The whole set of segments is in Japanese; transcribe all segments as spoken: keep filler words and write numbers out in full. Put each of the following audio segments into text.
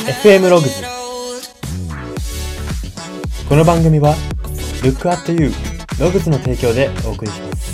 エフエム ログズ。この番組は Look at You ログズの提供でお送りします。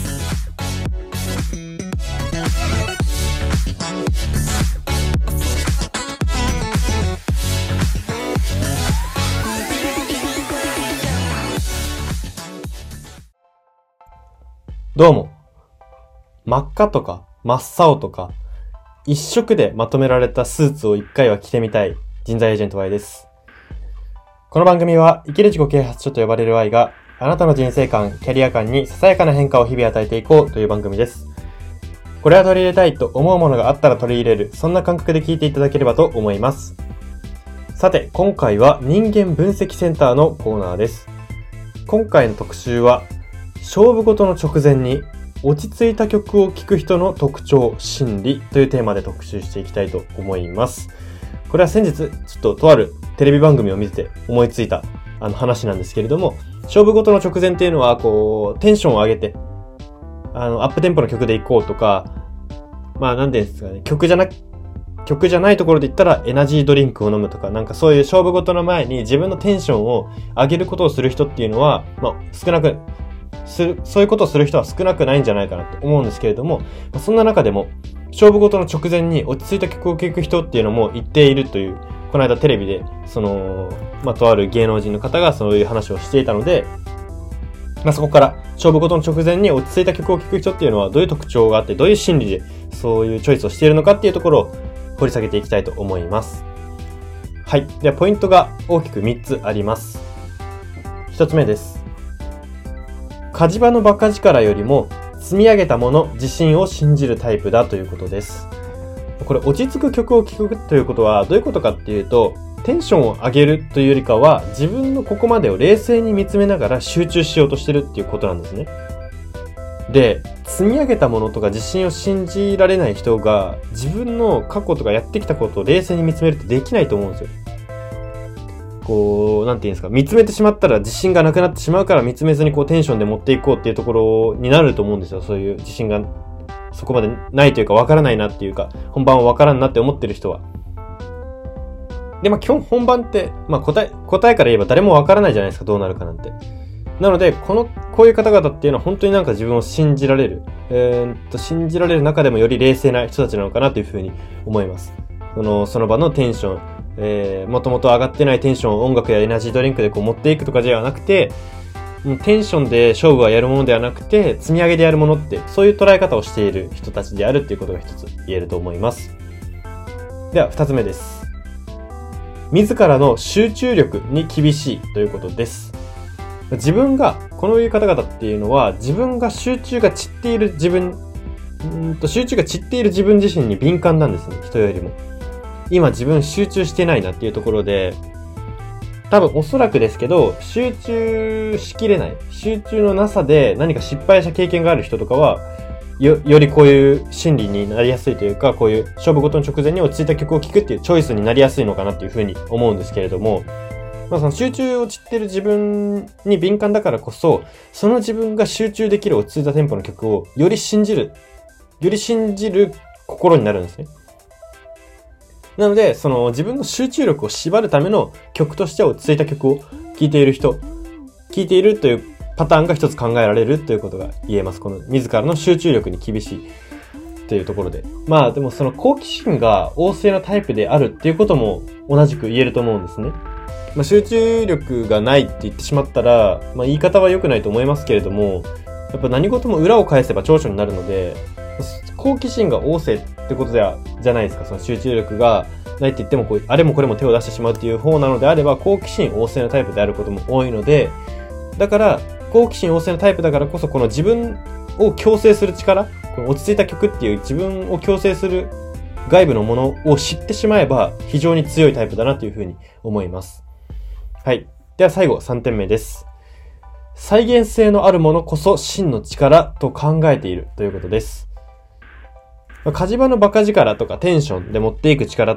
どうも。真っ赤とか真っ青とか一色でまとめられたスーツを一回は着てみたい人材エージェント Y です。この番組は生きる自己啓発書と呼ばれる Y があなたの人生観、キャリア観にささやかな変化を日々与えていこうという番組です。これは取り入れたいと思うものがあったら取り入れる、そんな感覚で聞いていただければと思います。さて、今回は人間分析センターのコーナーです。今回の特集は勝負事の直前に落ち着いた曲を聴く人の特徴、心理というテーマで特集していきたいと思います。これは先日、ちょっととあるテレビ番組を見てて思いついたあの話なんですけれども、勝負事の直前っていうのは、こう、テンションを上げて、あの、アップテンポの曲でいこうとか、まあ、なんていうんですかね、曲じゃな、曲じゃないところで言ったらエナジードリンクを飲むとか、なんかそういう勝負事の前に自分のテンションを上げることをする人っていうのは、まあ、少なく、する、そういうことをする人は少なくないんじゃないかなと思うんですけれども、そんな中でも、勝負事の直前に落ち着いた曲を聴く人っていうのも一定いるという、この間テレビで、その、まあ、とある芸能人の方がそういう話をしていたので、まあ、そこから勝負事の直前に落ち着いた曲を聴く人っていうのはどういう特徴があって、どういう心理でそういうチョイスをしているのかっていうところを掘り下げていきたいと思います。はい。では、ポイントが大きくみっつあります。ひとつめです。火事場の馬鹿力よりも積み上げたもの、自信を信じるタイプだということです。これ落ち着く曲を聴くということはどういうことかっていうと、テンションを上げるというよりかは自分のここまでを冷静に見つめながら集中しようとしてるっていうことなんですね。で、積み上げたものとか自信を信じられない人が自分の過去とかやってきたことを冷静に見つめるってできないと思うんですよ。こう、なんていうんですか、見つめてしまったら自信がなくなってしまうから見つめずにこうテンションで持っていこうっていうところになると思うんですよ。そういう自信がそこまでないというかわからないなっていうか、本番はわからんなって思ってる人は。で、まあ基本本番って、まあ答え、答えから言えば誰もわからないじゃないですか、どうなるかなんて。なので、この、こういう方々っていうのは本当になんか自分を信じられる、えー、っと、信じられる中でもより冷静な人たちなのかなというふうに思います。その、その場のテンション、えー、もともと上がってないテンションを音楽やエナジードリンクでこう持っていくとかではなくて、もうテンションで勝負はやるものではなくて、積み上げでやるものって、そういう捉え方をしている人たちであるっていうことが一つ言えると思います。では、二つ目です。自らの集中力に厳しいということです。自分が、このいう方々っていうのは、自分が集中が散っている自分、んーと集中が散っている自分自身に敏感なんですね、人よりも。今自分集中してないなっていうところで、多分おそらくですけど、集中しきれない。集中のなさで何か失敗した経験がある人とかは、よ、よりこういう心理になりやすいというか、こういう勝負事の直前に落ち着いた曲を聴くっていうチョイスになりやすいのかなっていうふうに思うんですけれども、まあその集中を散ってる自分に敏感だからこそ、その自分が集中できる落ち着いたテンポの曲をより信じる、より信じる心になるんですね。なので、その自分の集中力を縛るための曲として落ち着いた曲を聴いている人、聴いているというパターンが一つ考えられるということが言えます。この自らの集中力に厳しいというところで。まあでもその好奇心が旺盛なタイプであるっていうことも同じく言えると思うんですね。まあ集中力がないって言ってしまったら、まあ言い方は良くないと思いますけれども、やっぱ何事も裏を返せば長所になるので、好奇心が旺盛ってことでは、じゃないですか。その集中力がないって言ってもこう、あれもこれも手を出してしまうっていう方なのであれば、好奇心旺盛なタイプであることも多いので、だから、好奇心旺盛なタイプだからこそ、この自分を強制する力、この落ち着いた曲っていう自分を強制する外部のものを知ってしまえば、非常に強いタイプだなというふうに思います。はい。では最後、さんてんめです。再現性のあるものこそ真の力と考えているということです。火事場の馬鹿力とかテンションで持っていく力って、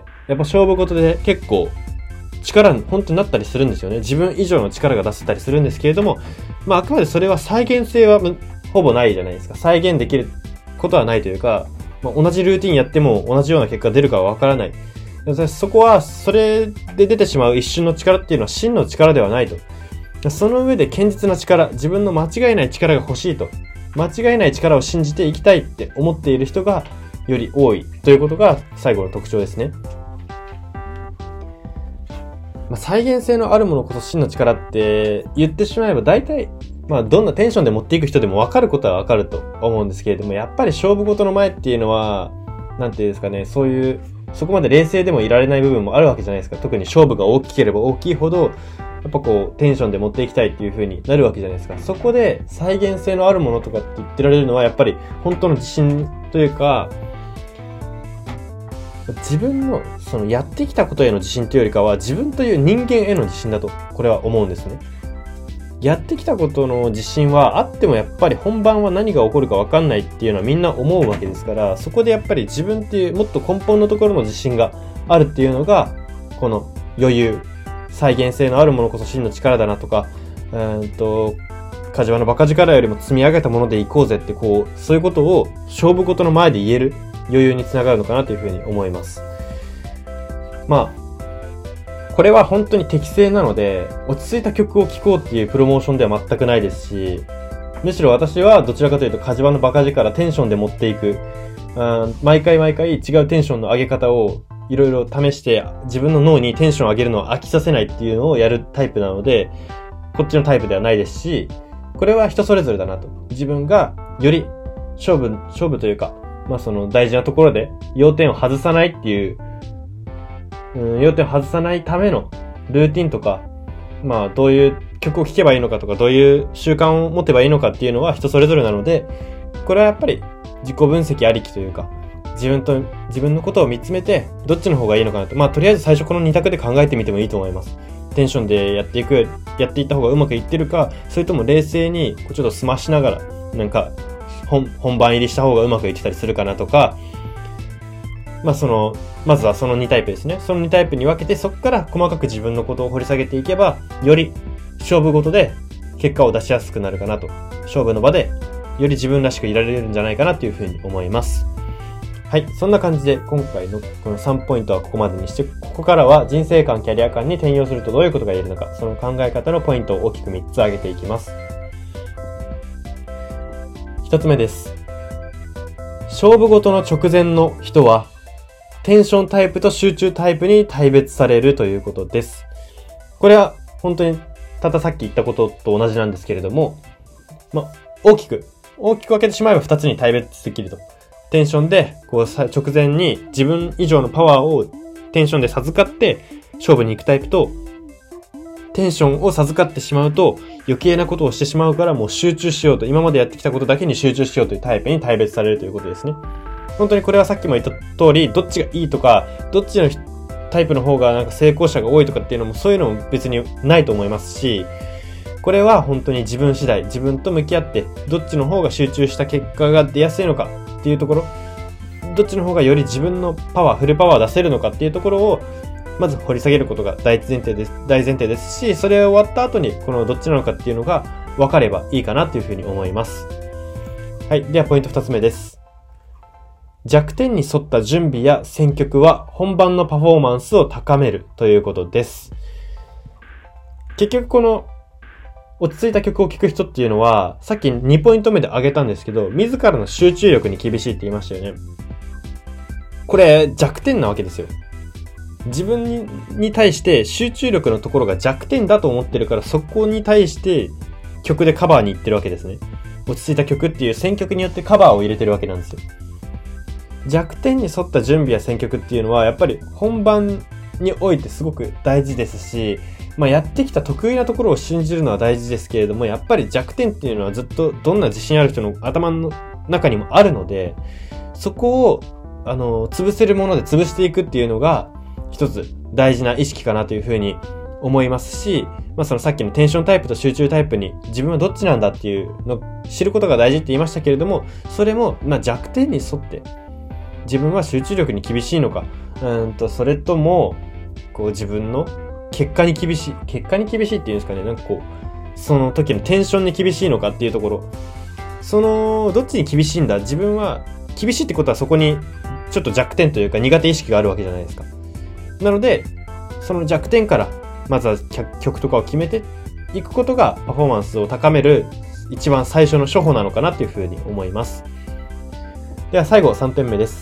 やっぱ勝負事で結構力に本当になったりするんですよね。自分以上の力が出せたりするんですけれども、まああくまでそれは再現性はほぼないじゃないですか。再現できることはないというか、まあ、同じルーティンやっても同じような結果が出るかはわからない。 そこは、それで出てしまう一瞬の力っていうのは真の力ではないと。その上で堅実な力、自分の間違いない力が欲しいと。間違いない力を信じていきたいって思っている人がより多いということが最後の特徴ですね。まあ、再現性のあるものこそ真の力って言ってしまえば大体、まあどんなテンションで持っていく人でも分かることは分かると思うんですけれども、やっぱり勝負事の前っていうのは、なんていうんですかね、そういう、そこまで冷静でもいられない部分もあるわけじゃないですか。特に勝負が大きければ大きいほど、やっぱこうテンションで持っていきたいっていう風になるわけじゃないですか。そこで再現性のあるものとかって言ってられるのはやっぱり本当の自信というか、自分のそのやってきたことへの自信というよりかは自分という人間への自信だとこれは思うんですね。やってきたことの自信はあってもやっぱり本番は何が起こるか分かんないっていうのはみんな思うわけですから、そこでやっぱり自分っていうもっと根本のところの自信があるっていうのがこの余裕、再現性のあるものこそ真の力だなとか、うーんと梶原のバカ力よりも積み上げたものでいこうぜってこうそういうことを勝負事の前で言える余裕につながるのかなというふうに思います。まあこれは本当に適正なので、落ち着いた曲を聴こうっていうプロモーションでは全くないですし、むしろ私はどちらかというと梶原のバカ力テンションで持っていく、あ毎回毎回違うテンションの上げ方をいろいろ試して自分の脳にテンションを上げるのを飽きさせないっていうのをやるタイプなので、こっちのタイプではないですし、これは人それぞれだなと。自分がより勝負、勝負というか、まあその大事なところで要点を外さないっていう、うん、要点を外さないためのルーティンとか、まあどういう曲を聴けばいいのかとか、どういう習慣を持てばいいのかっていうのは人それぞれなので、これはやっぱり自己分析ありきというか、自分と、自分のことを見つめて、どっちの方がいいのかなと。まあとりあえず最初この二択で考えてみてもいいと思います。テンションでやっていく、やっていった方がうまくいってるか、それとも冷静にこうちょっと済ましながら、なんか本、本番入りした方がうまくいってたりするかなとか、まあその、まずはそのにタイプですね。そのにタイプに分けて、そこから細かく自分のことを掘り下げていけば、より勝負ごとで結果を出しやすくなるかなと。勝負の場でより自分らしくいられるんじゃないかなというふうに思います。はい。そんな感じで今回のこのさんポイントはここまでにして、ここからは人生観、キャリア観に転用するとどういうことが言えるのか、その考え方のポイントを大きくみっつ挙げていきます。ひとつめです。勝負ごとの直前の人は、テンションタイプと集中タイプに大別されるということです。これは本当にたださっき言ったことと同じなんですけれども、まあ、大きく、大きく分けてしまえばふたつに大別できると。テンションで、こう、直前に自分以上のパワーをテンションで授かって勝負に行くタイプと、テンションを授かってしまうと余計なことをしてしまうからもう集中しようと、今までやってきたことだけに集中しようというタイプに大別されるということですね。本当にこれはさっきも言った通り、どっちがいいとか、どっちのタイプの方がなんか成功者が多いとかっていうのもそういうのも別にないと思いますし、これは本当に自分次第、自分と向き合って、どっちの方が集中した結果が出やすいのかっていうところ、どっちの方がより自分のパワー、フルパワー出せるのかっていうところを、まず掘り下げることが大前提です、大前提ですし、それを終わった後にこのどっちなのかっていうのが分かればいいかなというふうに思います。はい。ではポイントふたつめです。弱点に沿った準備や選曲は本番のパフォーマンスを高めるということです。結局この落ち着いた曲を聴く人っていうのは、さっきにポイント目で挙げたんですけど、自らの集中力に厳しいって言いましたよね。これ弱点なわけですよ。自分 に, に対して集中力のところが弱点だと思ってるから、そこに対して曲でカバーに行ってるわけですね。落ち着いた曲っていう選曲によってカバーを入れてるわけなんですよ。弱点に沿った準備や選曲っていうのはやっぱり本番においてすごく大事ですし、まあやってきた得意なところを信じるのは大事ですけれども、やっぱり弱点っていうのはずっとどんな自信ある人の頭の中にもあるので、そこをあの潰せるもので潰していくっていうのが一つ大事な意識かなというふうに思いますし、まあそのさっきのテンションタイプと集中タイプに自分はどっちなんだっていうのを知ることが大事って言いましたけれども、それもまあ弱点に沿って自分は集中力に厳しいのか、うんとそれともこう自分の結果に厳しい結果に厳しいっていうんですかね、なんかこうその時のテンションに厳しいのかっていうところ、そのどっちに厳しいんだ、自分は厳しいってことはそこにちょっと弱点というか苦手意識があるわけじゃないですか。 なので、その弱点からまずは曲とかを決めていくことがパフォーマンスを高める一番最初の初歩なのかなというふうに思います。では最後さんてんめです。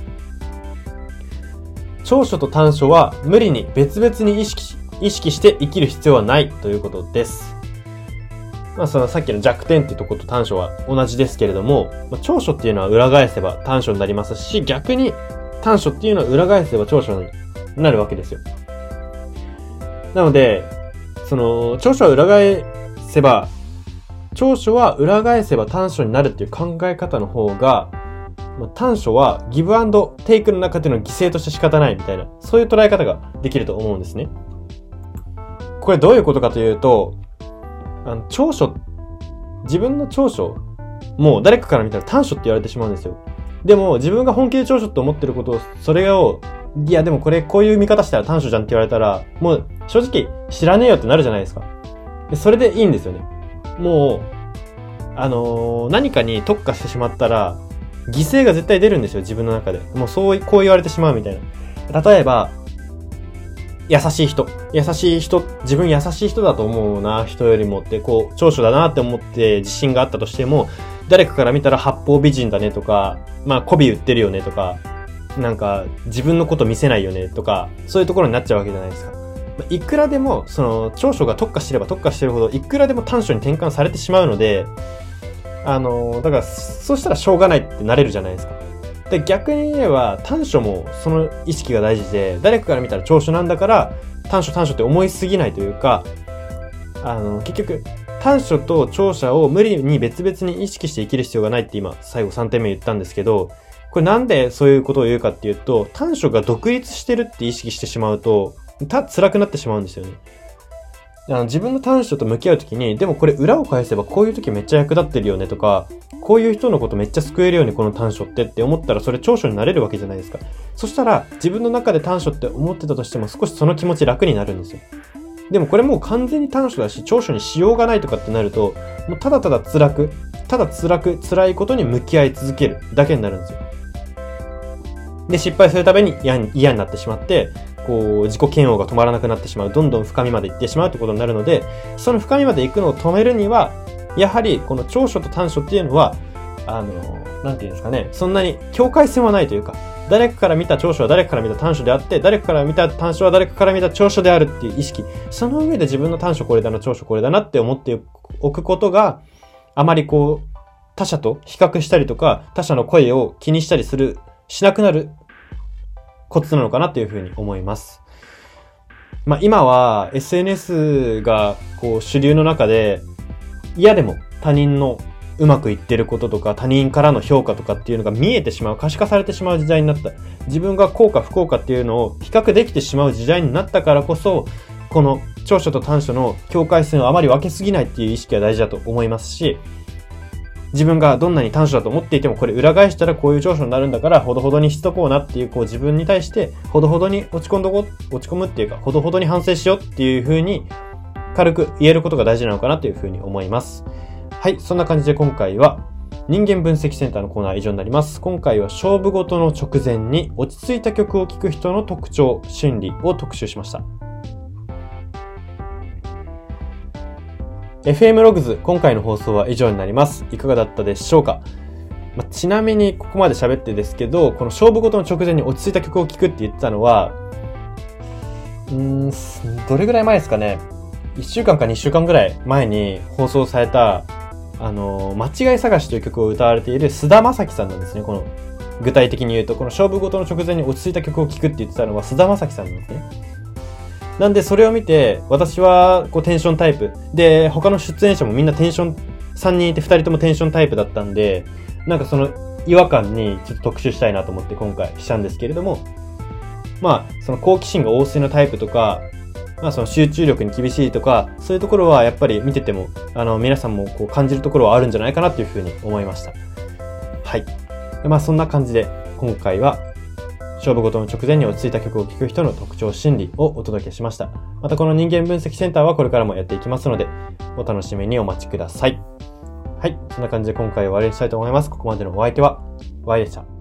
長所と短所は無理に別々に意識、意識して生きる必要はないということです。まあそのさっきの弱点っていうところと短所は同じですけれども、まあ、長所っていうのは裏返せば短所になりますし、逆に短所っていうのは裏返せば長所になるわけですよ。なので、その長所は裏返せば、長所は裏返せば短所になるっていう考え方の方が、まあ、短所はギブアンドテイクの中での犠牲として仕方ないみたいな、そういう捉え方ができると思うんですね。これどういうことかというと、あの長所、自分の長所もう誰かから見たら短所って言われてしまうんですよ。でも自分が本気で長所って思ってることを、それをいやでもこれこういう見方したら短所じゃんって言われたら、もう正直知らねえよってなるじゃないですか。でそれでいいんですよね。もうあのー、何かに特化してしまったら犠牲が絶対出るんですよ、自分の中で。もうそうこう言われてしまうみたいな。例えば優しい人。優しい人、自分優しい人だと思うな、人よりもって、こう、長所だなって思って自信があったとしても、誰かから見たら八方美人だねとか、まあ、媚び売ってるよねとか、なんか、自分のこと見せないよねとか、そういうところになっちゃうわけじゃないですか。いくらでも、その、長所が特化してれば特化してるほど、いくらでも短所に転換されてしまうので、あの、だから、そうしたらしょうがないってなれるじゃないですか。で逆に言えば短所もその意識が大事で、誰かから見たら長所なんだから短所短所って思いすぎないというか、あの結局短所と長所を無理に別々に意識して生きる必要がないって今最後さんてんめ言ったんですけど、これなんでそういうことを言うかっていうと、短所が独立してるって意識してしまうとた辛くなってしまうんですよね。あの自分の短所と向き合うときに、でもこれ裏を返せばこういう時めっちゃ役立ってるよねとか、こういう人のことめっちゃ救えるよねこの短所ってって思ったら、それ長所になれるわけじゃないですか。そしたら自分の中で短所って思ってたとしても少しその気持ち楽になるんですよ。でもこれもう完全に短所だし長所にしようがないとかってなると、もうただただ辛くただ辛く辛いことに向き合い続けるだけになるんですよ。で失敗するたびに嫌に、嫌になってしまって、こう自己嫌悪が止まらなくなってしまう、どんどん深みまで行ってしまうってことになるので、その深みまで行くのを止めるにはやはりこの長所と短所っていうのはあのなんていうんですかね、そんなに境界線はないというか、誰かから見た長所は誰かから見た短所であって、誰かから見た短所は誰かから見た長所であるっていう意識、その上で自分の短所これだな長所これだなって思っておくことが、あまりこう他者と比較したりとか他者の声を気にしたりするしなくなるコツなのかなというふうに思います。まあ今は エスエヌエス がこう主流の中で、嫌でも他人のうまくいってることとか他人からの評価とかっていうのが見えてしまう、可視化されてしまう時代になった。自分が幸か不幸かっていうのを比較できてしまう時代になったからこそ、この長所と短所の境界線をあまり分けすぎないっていう意識が大事だと思いますし、自分がどんなに短所だと思っていてもこれ裏返したらこういう長所になるんだからほどほどにしとこうなっていう、こう自分に対してほどほどに落ち込んどこう、落ち込むっていうかほどほどに反省しようっていう風に軽く言えることが大事なのかなという風に思います。はい、そんな感じで今回は人間分析センターのコーナーは以上になります。今回は勝負事の直前に落ち着いた曲を聴く人の特徴、心理を特集しました。エフエム ログズ、今回の放送は以上になります。いかがだったでしょうか。まあ、ちなみにここまで喋ってですけど、この勝負事の直前に落ち着いた曲を聴くって言ってたのは、うーん、どれぐらい前ですかね。いっしゅうかんかにしゅうかんぐらい前に放送された、あの、間違い探しという曲を歌われている菅田将暉さんなんですね。この、具体的に言うと、この勝負事の直前に落ち着いた曲を聴くって言ってたのは菅田将暉さんなんですね。なんでそれを見て、私はこうテンションタイプ。で、他の出演者もみんなテンション、さんにんいてふたりともテンションタイプだったんで、なんかその違和感にちょっと特集したいなと思って今回したんですけれども、まあ、その好奇心が旺盛なタイプとか、まあその集中力に厳しいとか、そういうところはやっぱり見てても、あの、皆さんもこう感じるところはあるんじゃないかなというふうに思いました。はい。まあそんな感じで、今回は、勝負事の直前に落ち着いた曲を聴く人の特徴心理をお届けしました。またこの人間分析センターはこれからもやっていきますので、お楽しみにお待ちください。はい。そんな感じで今回は終わりにしたいと思います。ここまでのお相手は、Y でした。